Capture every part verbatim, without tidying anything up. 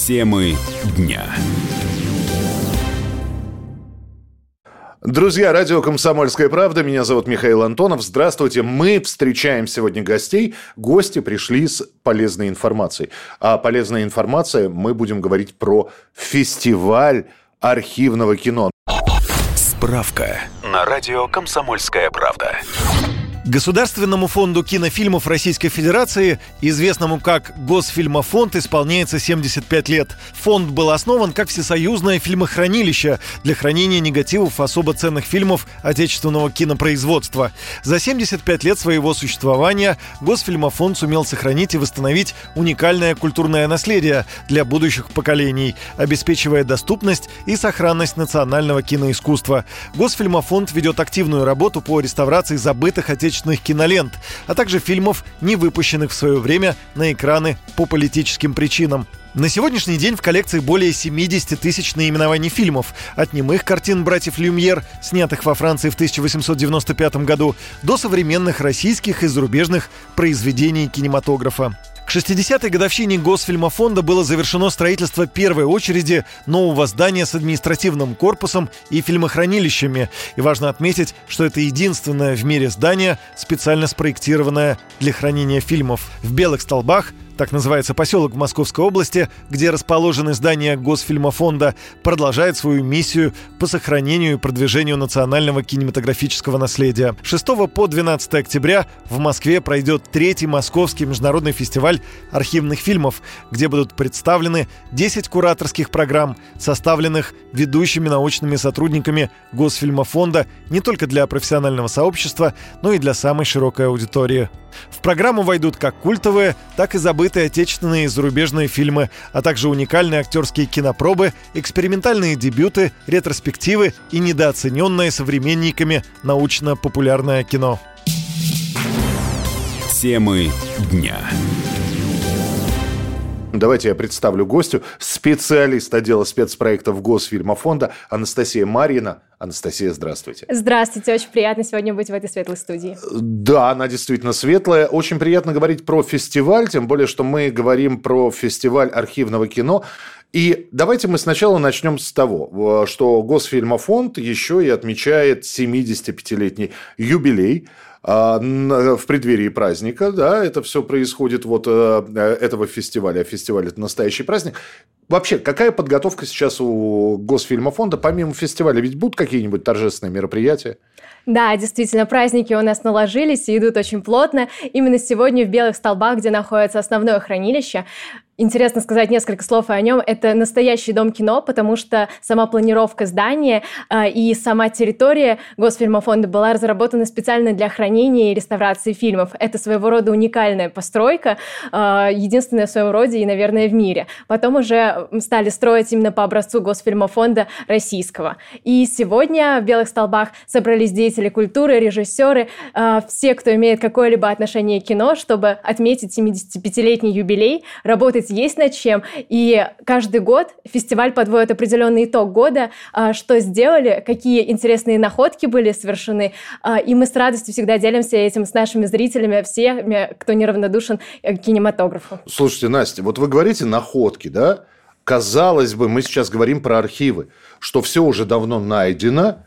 Темы дня. Друзья, радио «Комсомольская правда». Меня зовут Михаил Антонов. Здравствуйте. Мы встречаем сегодня гостей. Гости пришли с полезной информацией. А полезная информация, мы будем говорить про фестиваль архивного кино. Справка на радио «Комсомольская правда». Государственному фонду кинофильмов Российской Федерации, известному как Госфильмофонд, исполняется семьдесят пять лет. Фонд был основан как всесоюзное фильмохранилище для хранения негативов особо ценных фильмов отечественного кинопроизводства. За семьдесят пять лет своего существования Госфильмофонд сумел сохранить и восстановить уникальное культурное наследие для будущих поколений, обеспечивая доступность и сохранность национального киноискусства. Госфильмофонд ведет активную работу по реставрации забытых отечественных кинолент, а также фильмов, не выпущенных в свое время на экраны по политическим причинам. На сегодняшний день в коллекции более семьдесят тысяч наименований фильмов, от немых картин братьев Люмьер, снятых во Франции в тысяча восемьсот девяносто пятом году, до современных российских и зарубежных произведений кинематографа. К шестидесятой годовщине Госфильмофонда было завершено строительство первой очереди нового здания с административным корпусом и фильмохранилищами. И важно отметить, что это единственное в мире здание, специально спроектированное для хранения фильмов. В Белых Столбах, так называется поселок в Московской области, где расположены здания Госфильмофонда, продолжает свою миссию по сохранению и продвижению национального кинематографического наследия. с шестого по двенадцатое октября в Москве пройдет третий Московский международный фестиваль архивных фильмов, где будут представлены десять кураторских программ, составленных ведущими научными сотрудниками Госфильмофонда не только для профессионального сообщества, но и для самой широкой аудитории. В программу войдут как культовые, так и забытые отечественные и зарубежные фильмы, а также уникальные актерские кинопробы, экспериментальные дебюты, ретроспективы и недооцененное современниками научно-популярное кино. Темы дня. Давайте я представлю гостю, специалист отдела спецпроектов Госфильмофонда Анастасия Марьина. Анастасия, здравствуйте. Здравствуйте, очень приятно сегодня быть в этой светлой студии. Да, она действительно светлая. Очень приятно говорить про фестиваль, тем более, что мы говорим про фестиваль архивного кино. И давайте мы сначала начнем с того, что Госфильмофонд еще и отмечает семидесятипятилетний юбилей. В преддверии праздника, да, это все происходит вот этого фестиваля. Фестиваль – это настоящий праздник. Вообще, какая подготовка сейчас у Госфильмофонда? Помимо фестиваля, ведь будут какие-нибудь торжественные мероприятия? Да, действительно, праздники у нас наложились и идут очень плотно. Именно сегодня в Белых Столбах, где находится основное хранилище, интересно сказать несколько слов о нем. Это настоящий дом кино, потому что сама планировка здания э, и сама территория Госфильмофонда была разработана специально для хранения и реставрации фильмов. Это своего рода уникальная постройка, э, единственная в своем роде и, наверное, в мире. Потом уже стали строить именно по образцу Госфильмофонда российского. И сегодня в Белых Столбах собрались деятели культуры, режиссеры, э, все, кто имеет какое-либо отношение к кино, чтобы отметить семидесятипятилетний юбилей, работать есть над чем. И каждый год фестиваль подводит определенный итог года, что сделали, какие интересные находки были совершены. И мы с радостью всегда делимся этим с нашими зрителями, всеми, кто неравнодушен к кинематографу. Слушайте, Настя, вот вы говорите находки, да? Казалось бы, мы сейчас говорим про архивы, что все уже давно найдено,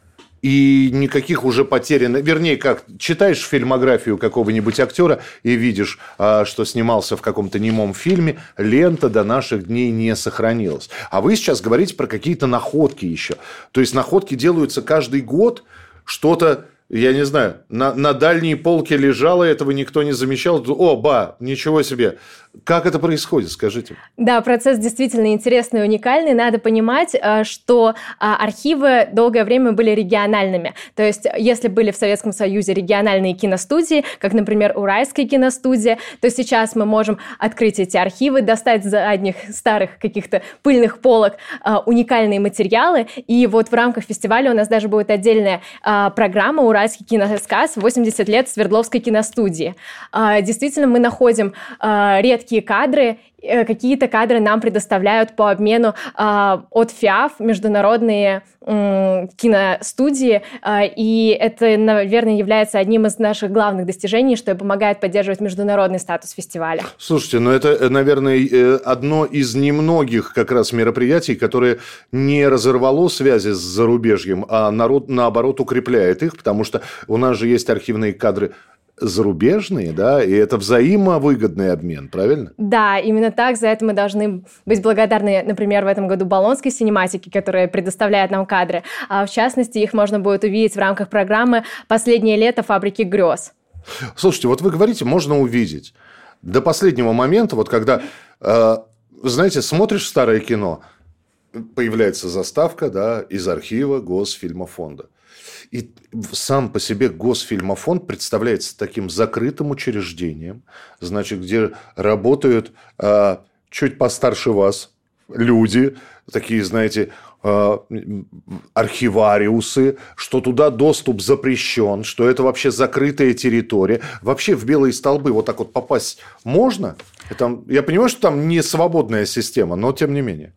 и никаких уже потерянных... Вернее, как, читаешь фильмографию какого-нибудь актера и видишь, что снимался в каком-то немом фильме, лента до наших дней не сохранилась. А вы сейчас говорите про какие-то находки еще. То есть находки делаются каждый год, что-то... Я не знаю, на, на дальней полке лежало, этого никто не замечал. О, ба, ничего себе. Как это происходит, скажите? Да, процесс действительно интересный и уникальный. Надо понимать, что архивы долгое время были региональными. То есть, если были в Советском Союзе региональные киностудии, как, например, Уральская киностудия, то сейчас мы можем открыть эти архивы, достать с задних старых каких-то пыльных полок уникальные материалы. И вот в рамках фестиваля у нас даже будет отдельная программа «Уральский киносказ. восемьдесят лет Свердловской киностудии». Действительно, мы находим редкие редкие кадры. Какие-то кадры нам предоставляют по обмену э, от ФИАФ, международные э, киностудии, э, и это, наверное, является одним из наших главных достижений, что помогает поддерживать международный статус фестиваля. Слушайте, ну это, наверное, одно из немногих как раз мероприятий, которое не разорвало связи с зарубежьем, а народ, наоборот, укрепляет их, потому что у нас же есть архивные кадры зарубежные, да, и это взаимовыгодный обмен, правильно? Да, именно так. За это мы должны быть благодарны, например, в этом году Болонской синематике, которая предоставляет нам кадры. А в частности, их можно будет увидеть в рамках программы «Последнее лето фабрики грез». Слушайте, вот вы говорите, можно увидеть. До последнего момента, вот когда, э, знаете, смотришь старое кино, появляется заставка, да, из архива Госфильмофонда. И сам по себе Госфильмофонд представляется таким закрытым учреждением, значит, где работают э, чуть постарше вас люди, такие, знаете, э, архивариусы, что туда доступ запрещен, что это вообще закрытая территория. Вообще в Белые столбы вот так вот попасть можно? Это, я понимаю, что там не свободная система, но тем не менее.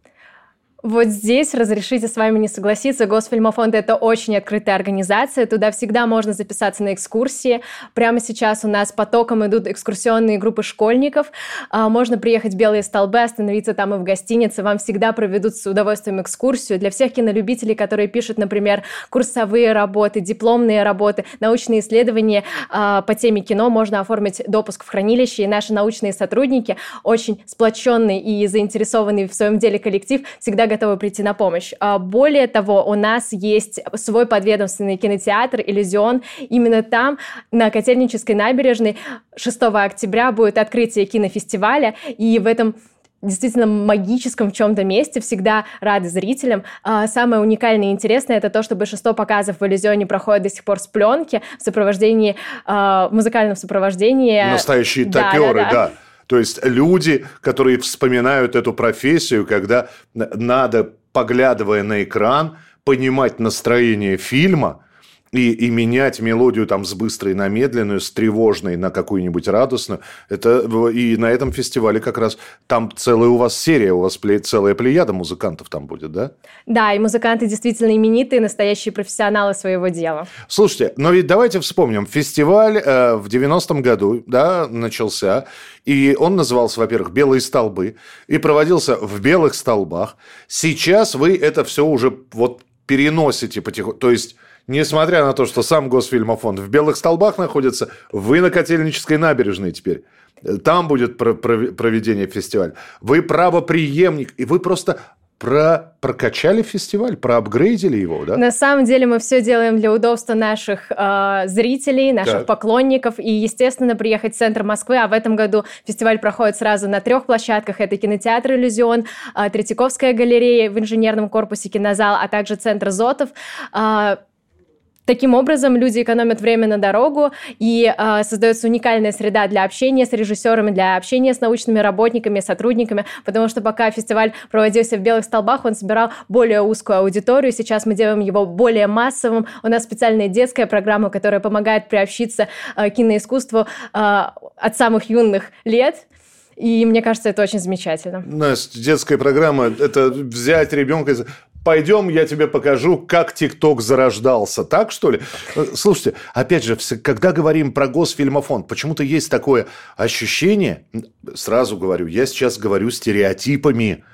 Вот здесь, разрешите с вами не согласиться, Госфильмофонд – это очень открытая организация, туда всегда можно записаться на экскурсии. Прямо сейчас у нас потоком идут экскурсионные группы школьников. Можно приехать в Белые столбы, остановиться там и в гостинице, вам всегда проведут с удовольствием экскурсию. Для всех кинолюбителей, которые пишут, например, курсовые работы, дипломные работы, научные исследования по теме кино, можно оформить допуск в хранилище, и наши научные сотрудники, очень сплоченный и заинтересованный в своем деле коллектив, всегда готовы прийти на помощь. Более того, у нас есть свой подведомственный кинотеатр «Иллюзион». Именно там, на Котельнической набережной, шестого октября будет открытие кинофестиваля, и в этом действительно магическом в чем-то месте всегда рады зрителям. Самое уникальное и интересное — это то, что большинство показов в «Иллюзионе» проходит до сих пор с пленки в сопровождении, в музыкальном сопровождении. Настоящие да, топеры, да. да. да. То есть люди, которые вспоминают эту профессию, когда надо, поглядывая на экран, понимать настроение фильма и, и менять мелодию там с быстрой на медленную, с тревожной на какую-нибудь радостную. Это, и на этом фестивале как раз там целая у вас серия, у вас целая плеяда музыкантов там будет, да? Да, и музыканты действительно именитые, настоящие профессионалы своего дела. Слушайте, но ведь давайте вспомним. Фестиваль э, в девяностом году, да, начался, и он назывался, во-первых, «Белые столбы», и проводился в Белых столбах. Сейчас вы это все уже вот переносите потихоньку, то есть... Несмотря на то, что сам Госфильмофонд в Белых столбах находится, вы на Котельнической набережной теперь. Там будет проведение фестиваля. Вы правопреемник, и вы просто про... прокачали фестиваль, проапгрейдили его, да? На самом деле мы все делаем для удобства наших э, зрителей, наших так. поклонников, и, естественно, приехать в центр Москвы, а в этом году фестиваль проходит сразу на трех площадках. Это кинотеатр «Иллюзион», э, Третьяковская галерея в инженерном корпусе кинозал, а также центр Зотов. Э, Таким образом, люди экономят время на дорогу, и э, создается уникальная среда для общения с режиссерами, для общения с научными работниками, сотрудниками, потому что пока фестиваль проводился в Белых столбах, он собирал более узкую аудиторию. Сейчас мы делаем его более массовым. У нас специальная детская программа, которая помогает приобщиться э, к киноискусству э, от самых юных лет. И мне кажется, это очень замечательно. Настя, детская программа – это взять ребенка и... Пойдем, я тебе покажу, как ТикТок зарождался. Так, что ли? Слушайте, опять же, когда говорим про Госфильмофонд, почему-то есть такое ощущение, сразу говорю, я сейчас говорю стереотипами,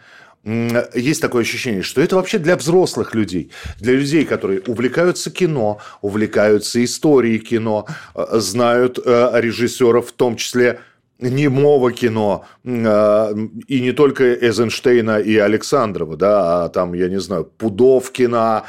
есть такое ощущение, что это вообще для взрослых людей, для людей, которые увлекаются кино, увлекаются историей кино, знают режиссеров, в том числе немого кино, и не только Эйзенштейна и Александрова, да, а там, я не знаю, Пудовкина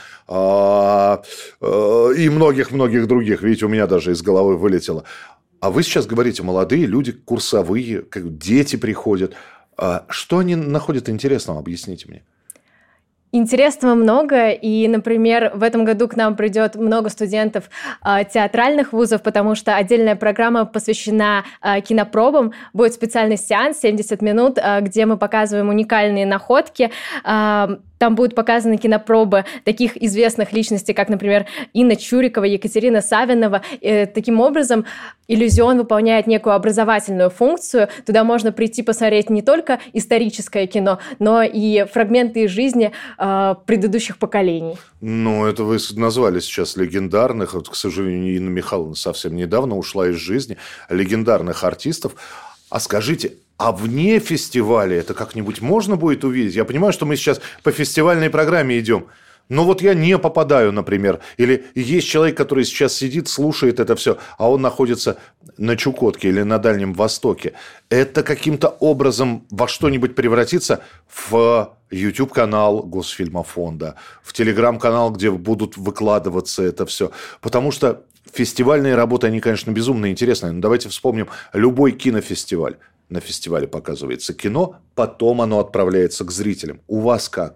и многих-многих других. Видите, у меня даже из головы вылетело. А вы сейчас говорите, молодые люди, курсовые, как дети приходят. Что они находят интересного? Объясните мне. Интересного много, и, например, в этом году к нам придет много студентов э, театральных вузов, потому что отдельная программа посвящена э, кинопробам. Будет специальный сеанс семьдесят минут, э, где мы показываем уникальные находки. Э, Там будут показаны кинопробы таких известных личностей, как, например, Инна Чурикова, Екатерина Савинова. И таким образом, иллюзион выполняет некую образовательную функцию. Туда можно прийти посмотреть не только историческое кино, но и фрагменты из жизни э, предыдущих поколений. Ну, это вы назвали сейчас легендарных. Вот, к сожалению, Инна Михайловна совсем недавно ушла из жизни. Легендарных артистов. А скажите, а вне фестиваля это как-нибудь можно будет увидеть? Я понимаю, что мы сейчас по фестивальной программе идем. Но вот я не попадаю, например. Или есть человек, который сейчас сидит, слушает это все, а он находится на Чукотке или на Дальнем Востоке. Это каким-то образом во что-нибудь превратится в YouTube-канал Госфильмофонда, в Telegram-канал, где будут выкладываться это все. Потому что фестивальные работы, они, конечно, безумно интересные. Но давайте вспомним любой кинофестиваль. На фестивале показывается кино, потом оно отправляется к зрителям. У вас как?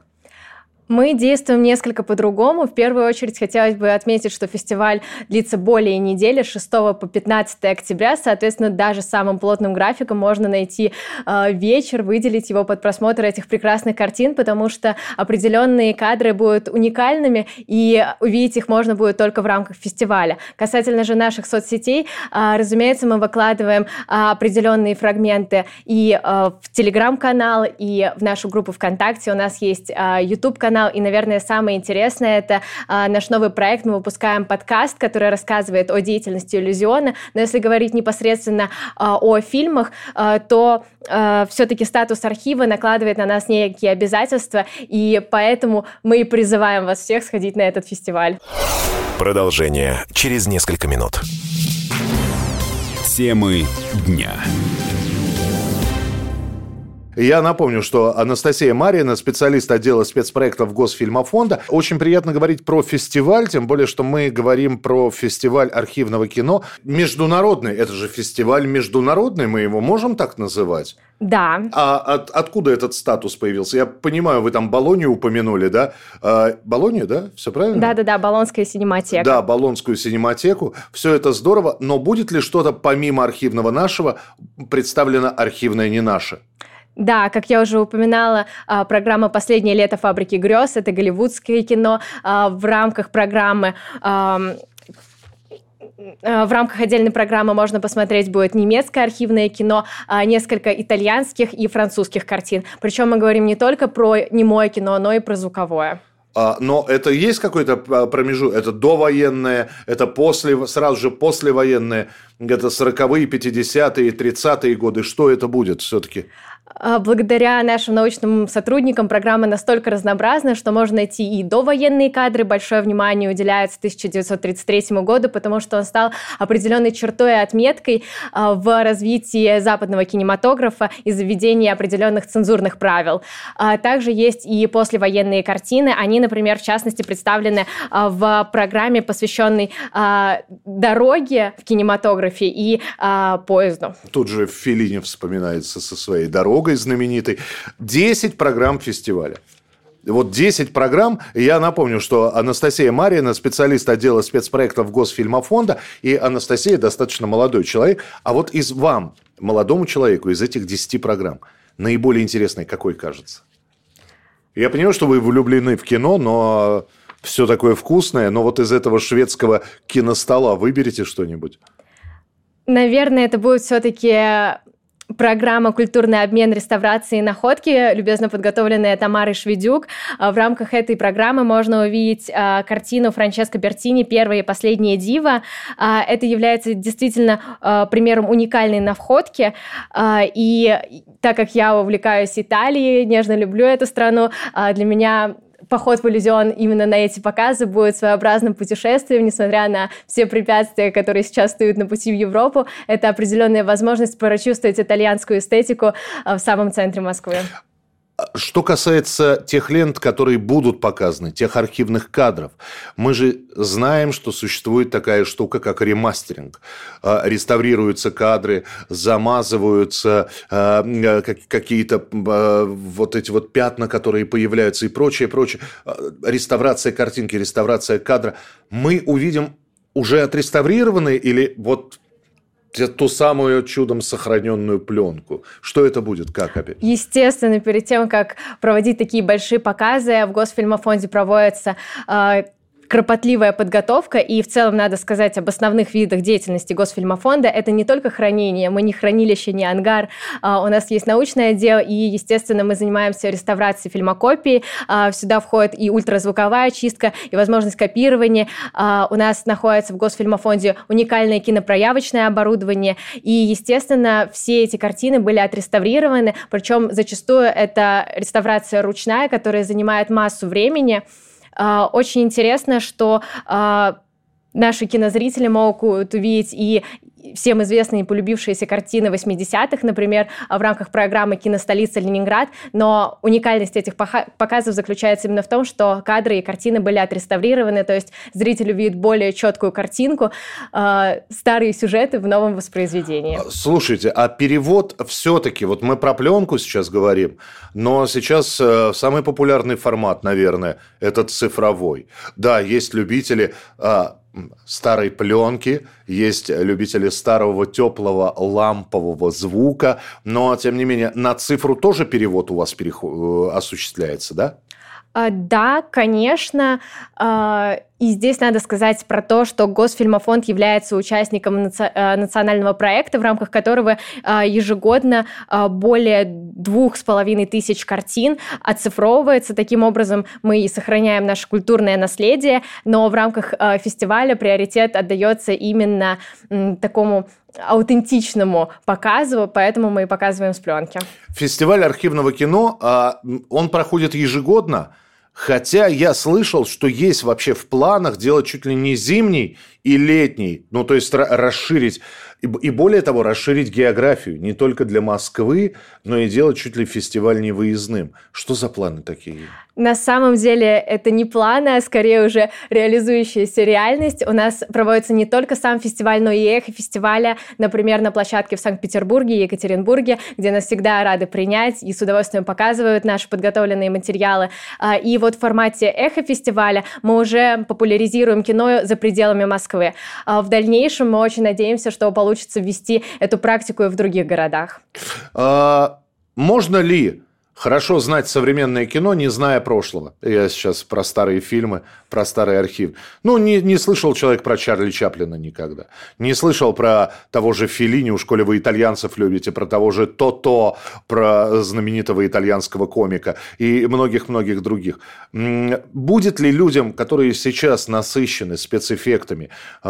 Мы действуем несколько по-другому. В первую очередь хотелось бы отметить, что фестиваль длится более недели, с шестого по пятнадцатое октября. Соответственно, даже самым плотным графиком можно найти э, вечер, выделить его под просмотр этих прекрасных картин, потому что определенные кадры будут уникальными, и увидеть их можно будет только в рамках фестиваля. Касательно же наших соцсетей, э, разумеется, мы выкладываем э, определенные фрагменты и э, в Telegram-канал, и в нашу группу ВКонтакте. У нас есть э, YouTube-канал, и, наверное, самое интересное – это э, наш новый проект. Мы выпускаем подкаст, который рассказывает о деятельности иллюзиона. Но если говорить непосредственно э, о фильмах, э, то э, все-таки статус архива накладывает на нас некие обязательства, и поэтому мы и призываем вас всех сходить на этот фестиваль. Продолжение через несколько минут. Темы дня. Я напомню, что Анастасия Марьина, специалист отдела спецпроектов Госфильмофонда. Очень приятно говорить про фестиваль, тем более, что мы говорим про фестиваль архивного кино. Международный, это же фестиваль международный, мы его можем так называть? Да. А от, откуда этот статус появился? Я понимаю, вы там Болонью упомянули, да? А, Болонью, да? Все правильно? Да-да-да, Болонская синематека. Да, Болонскую синематеку. Все это здорово, но будет ли что-то помимо архивного нашего представлено архивное не наше? Да, как я уже упоминала, программа «Последнее лето фабрики грез» — это голливудское кино. В рамках программы... В рамках отдельной программы можно посмотреть будет немецкое архивное кино, несколько итальянских и французских картин. Причем мы говорим не только про немое кино, но и про звуковое. Но это есть какой-то промежуток? Это довоенное, это после, сразу же послевоенное, это сороковые, пятидесятые, тридцатые годы. Что это будет все-таки? Благодаря нашим научным сотрудникам программа настолько разнообразна, что можно найти и довоенные кадры. Большое внимание уделяется тысяча девятьсот тридцать третьему году, потому что он стал определенной чертой и отметкой в развитии западного кинематографа и заведении определенных цензурных правил. Также есть и послевоенные картины. Они, например, в частности, представлены в программе, посвященной дороге в кинематографе и поезду. Тут же Феллини вспоминается со своей дорогой знаменитой. десять программ фестиваля. Вот десять программ. Я напомню, что Анастасия Марьина, специалист отдела спецпроектов Госфильмофонда, и Анастасия достаточно молодой человек. А вот из вам, молодому человеку, из этих десяти программ, наиболее интересной какой кажется? Я понимаю, что вы влюблены в кино, но все такое вкусное. Но вот из этого шведского киностола выберите что-нибудь? Наверное, это будет все-таки... программа «Культурный обмен, реставрации и находки», любезно подготовленная Тамарой Шведюк. В рамках этой программы можно увидеть картину Франческо Бертини «Первое и последнее диво». Это является действительно примером уникальной находки. И так как я увлекаюсь Италией, нежно люблю эту страну, для меня... поход в иллюзион именно на эти показы будет своеобразным путешествием, несмотря на все препятствия, которые сейчас стоят на пути в Европу. Это определенная возможность прочувствовать итальянскую эстетику в самом центре Москвы. Что касается тех лент, которые будут показаны, тех архивных кадров, мы же знаем, что существует такая штука, как ремастеринг. Реставрируются кадры, замазываются какие-то вот эти вот пятна, которые появляются и прочее, прочее. Реставрация картинки, реставрация кадра. Мы увидим уже отреставрированные или вот ту самую чудом сохраненную пленку? Что это будет? Как опять? Естественно, перед тем, как проводить такие большие показы, в Госфильмофонде проводится э, кропотливая подготовка, и в целом надо сказать об основных видах деятельности Госфильмофонда. Это не только хранение, мы не хранилище, не ангар, а, у нас есть научное отдел, и, естественно, мы занимаемся реставрацией фильмокопий, а, сюда входит и ультразвуковая чистка, и возможность копирования. А, у нас находится в Госфильмофонде уникальное кинопроявочное оборудование, и, естественно, все эти картины были отреставрированы, причем зачастую это реставрация ручная, которая занимает массу времени. Очень интересно, что наши кинозрители могут увидеть и всем известные и полюбившиеся картины восьмидесятых, например, в рамках программы «Киностолица Ленинград», но уникальность этих показов заключается именно в том, что кадры и картины были отреставрированы, то есть зритель увидит более четкую картинку, э, старые сюжеты в новом воспроизведении. Слушайте, а перевод все-таки, вот мы про пленку сейчас говорим, но сейчас э, самый популярный формат, наверное, это цифровой. Да, есть любители э, старой пленки, есть любители старого теплого лампового звука, но, тем не менее, на цифру тоже перевод у вас переход... осуществляется, да? Да, конечно. И здесь надо сказать про то, что Госфильмофонд является участником национального проекта, в рамках которого ежегодно более двух с половиной тысяч картин оцифровывается. Таким образом, мы и сохраняем наше культурное наследие, но в рамках фестиваля приоритет отдается именно такому аутентичному показу, поэтому мы и показываем с пленки. Фестиваль архивного кино, он проходит ежегодно, хотя я слышал, что есть вообще в планах делать чуть ли не зимний и летний, ну то есть расширить, и более того, расширить географию не только для Москвы, но и делать чуть ли фестиваль невыездным. Что за планы такие? На самом деле это не планы, а скорее уже реализующаяся реальность. У нас проводится не только сам фестиваль, но и эхо фестиваля, например, на площадке в Санкт-Петербурге и Екатеринбурге, где нас всегда рады принять и с удовольствием показывают наши подготовленные материалы. И вот в формате эхо фестиваля мы уже популяризируем кино за пределами Москвы. В дальнейшем мы очень надеемся, что получится ввести эту практику и в других городах. А, можно ли хорошо знать современное кино, не зная прошлого? Я сейчас про старые фильмы, про старый архив. Ну, не, не слышал человек про Чарли Чаплина никогда. Не слышал про того же Феллини, уж коли вы итальянцев любите, про того же То-То, про знаменитого итальянского комика и многих-многих других. Будет ли людям, которые сейчас насыщены спецэффектами,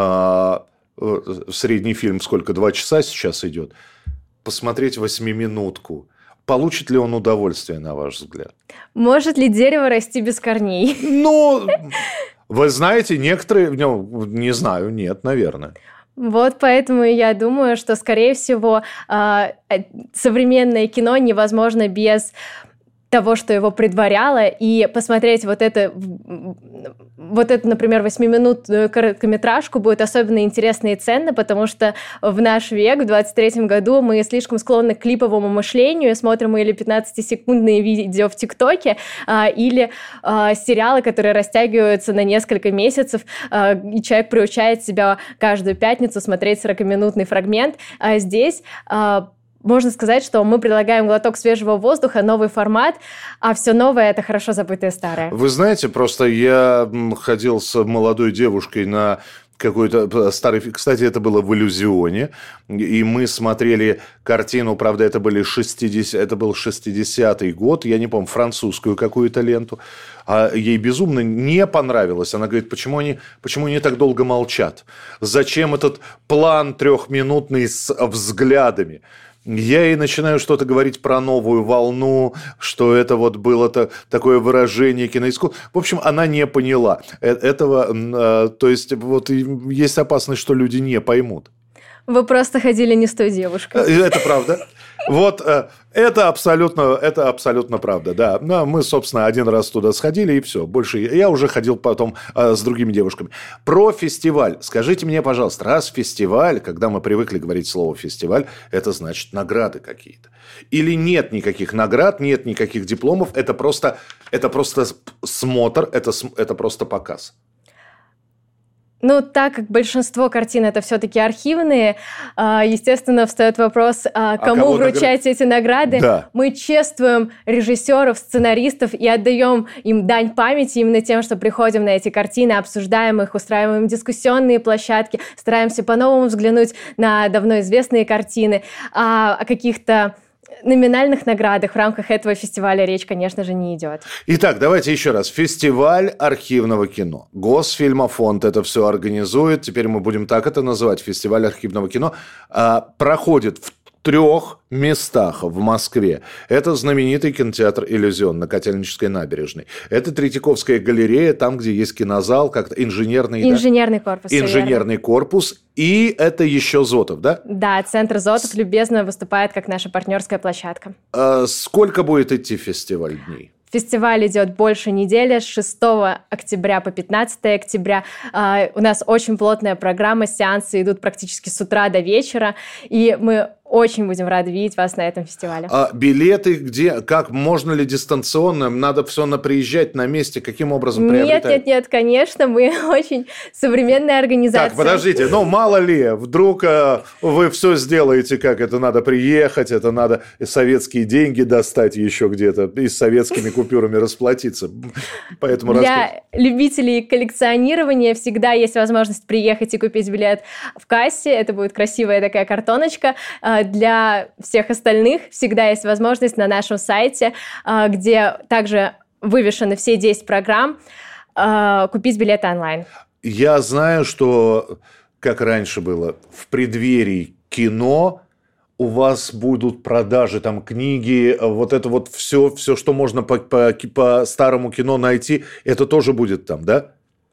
средний фильм сколько, два часа сейчас идет, посмотреть восьмиминутку? Получит ли он удовольствие, на ваш взгляд? Может ли дерево расти без корней? Ну, вы знаете, некоторые, ну, не знаю, нет, наверное. Вот поэтому я думаю, что, скорее всего, современное кино невозможно без того, что его предваряло, и посмотреть вот это, вот это, например, восьмиминутную короткометражку будет особенно интересно и ценно, потому что в наш век, в двадцать третьем году, мы слишком склонны к клиповому мышлению, смотрим или пятнадцатисекундные видео в ТикТоке, или сериалы, которые растягиваются на несколько месяцев, и человек приучает себя каждую пятницу смотреть сорокаминутный фрагмент. А здесь можно сказать, что мы предлагаем глоток свежего воздуха, новый формат, а все новое – это хорошо забытое старое. Вы знаете, просто я ходил с молодой девушкой на какой-то старый... Кстати, это было в «Иллюзионе», и мы смотрели картину, правда, это, были шестидесятые, это был шестидесятый год, я не помню, французскую какую-то ленту, а ей безумно не понравилось. Она говорит, почему они, почему они так долго молчат? Зачем этот план трехминутный с взглядами? Я ей начинаю что-то говорить про новую волну, что это вот было -то такое выражение киноискусства. В общем, она не поняла этого. То есть, вот есть опасность, что люди не поймут. Вы просто ходили не с той девушкой. Это правда. Вот Это абсолютно, это абсолютно правда, да. Но мы, собственно, один раз туда сходили, и все. Больше я уже ходил потом а, с другими девушками. Про фестиваль. Скажите мне, пожалуйста, раз фестиваль, когда мы привыкли говорить слово «фестиваль», это значит награды какие-то. Или нет никаких наград, нет никаких дипломов, это просто, это просто смотр, это, это просто показ. Ну, так как большинство картин это все-таки архивные, естественно, встает вопрос, кому а вручать нагр... эти награды. Да. Мы чествуем режиссеров, сценаристов и отдаем им дань памяти именно тем, что приходим на эти картины, обсуждаем их, устраиваем дискуссионные площадки, стараемся по-новому взглянуть на давно известные картины, а о каких-то номинальных наградах в рамках этого фестиваля речь, конечно же, не идет. Итак, давайте еще раз. Фестиваль архивного кино. Госфильмофонд это все организует. Теперь мы будем так это называть. Фестиваль архивного кино. А, проходит в трех местах в Москве. Это знаменитый кинотеатр «Иллюзион» на Котельнической набережной. Это Третьяковская галерея, там, где есть кинозал, как-то инженерный... Инженерный да? корпус. Инженерный корпус. И это еще Зотов, да? Да, центр Зотов любезно выступает как наша партнерская площадка. А сколько будет идти фестиваль дней? Фестиваль идет больше недели, с шестого октября по пятнадцатое октября. Uh, у нас очень плотная программа, сеансы идут практически с утра до вечера, и мы очень будем рады видеть вас на этом фестивале. А билеты где? Как? Можно ли дистанционно? Надо все на приезжать на месте? Каким образом приобретать? Нет, нет, нет, конечно, мы очень современная организация. Так, подождите, ну мало ли, вдруг э, вы все сделаете, как это надо приехать, это надо советские деньги достать еще где-то и с советскими купюрами расплатиться. Поэтому для любителей коллекционирования всегда есть возможность приехать и купить билет в кассе. Это будет красивая такая картоночка. Для всех остальных всегда есть возможность на нашем сайте, где также вывешены все десять программ, купить билеты онлайн. Я знаю, что, как раньше было, в преддверии кино у вас будут продажи, там, книги, вот это вот все, все что можно по, по, по старому кино найти, это тоже будет там, да?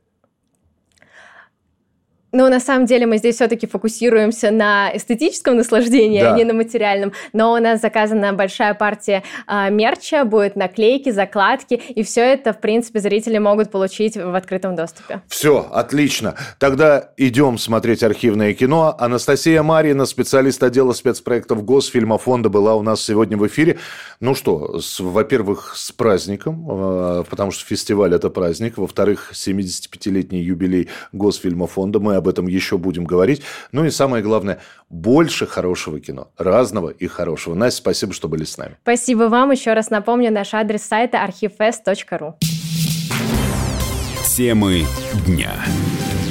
Ну, на самом деле мы здесь все-таки фокусируемся на эстетическом наслаждении, да. а не на материальном. Но у нас заказана большая партия а, мерча, будут наклейки, закладки, и все это, в принципе, зрители могут получить в открытом доступе. Все, отлично. Тогда идем смотреть архивное кино. Анастасия Марьина, специалист отдела спецпроектов Госфильмофонда, была у нас сегодня в эфире. Ну что, с, во-первых, с праздником, э, потому что фестиваль – это праздник. Во-вторых, семидесятипятилетний юбилей Госфильмофонда. Мы об этом еще будем говорить. Ну и самое главное, больше хорошего кино. Разного и хорошего. Настя, спасибо, что были с нами. Спасибо вам. Еще раз напомню, наш адрес сайта архив фест точка ру. Темы дня.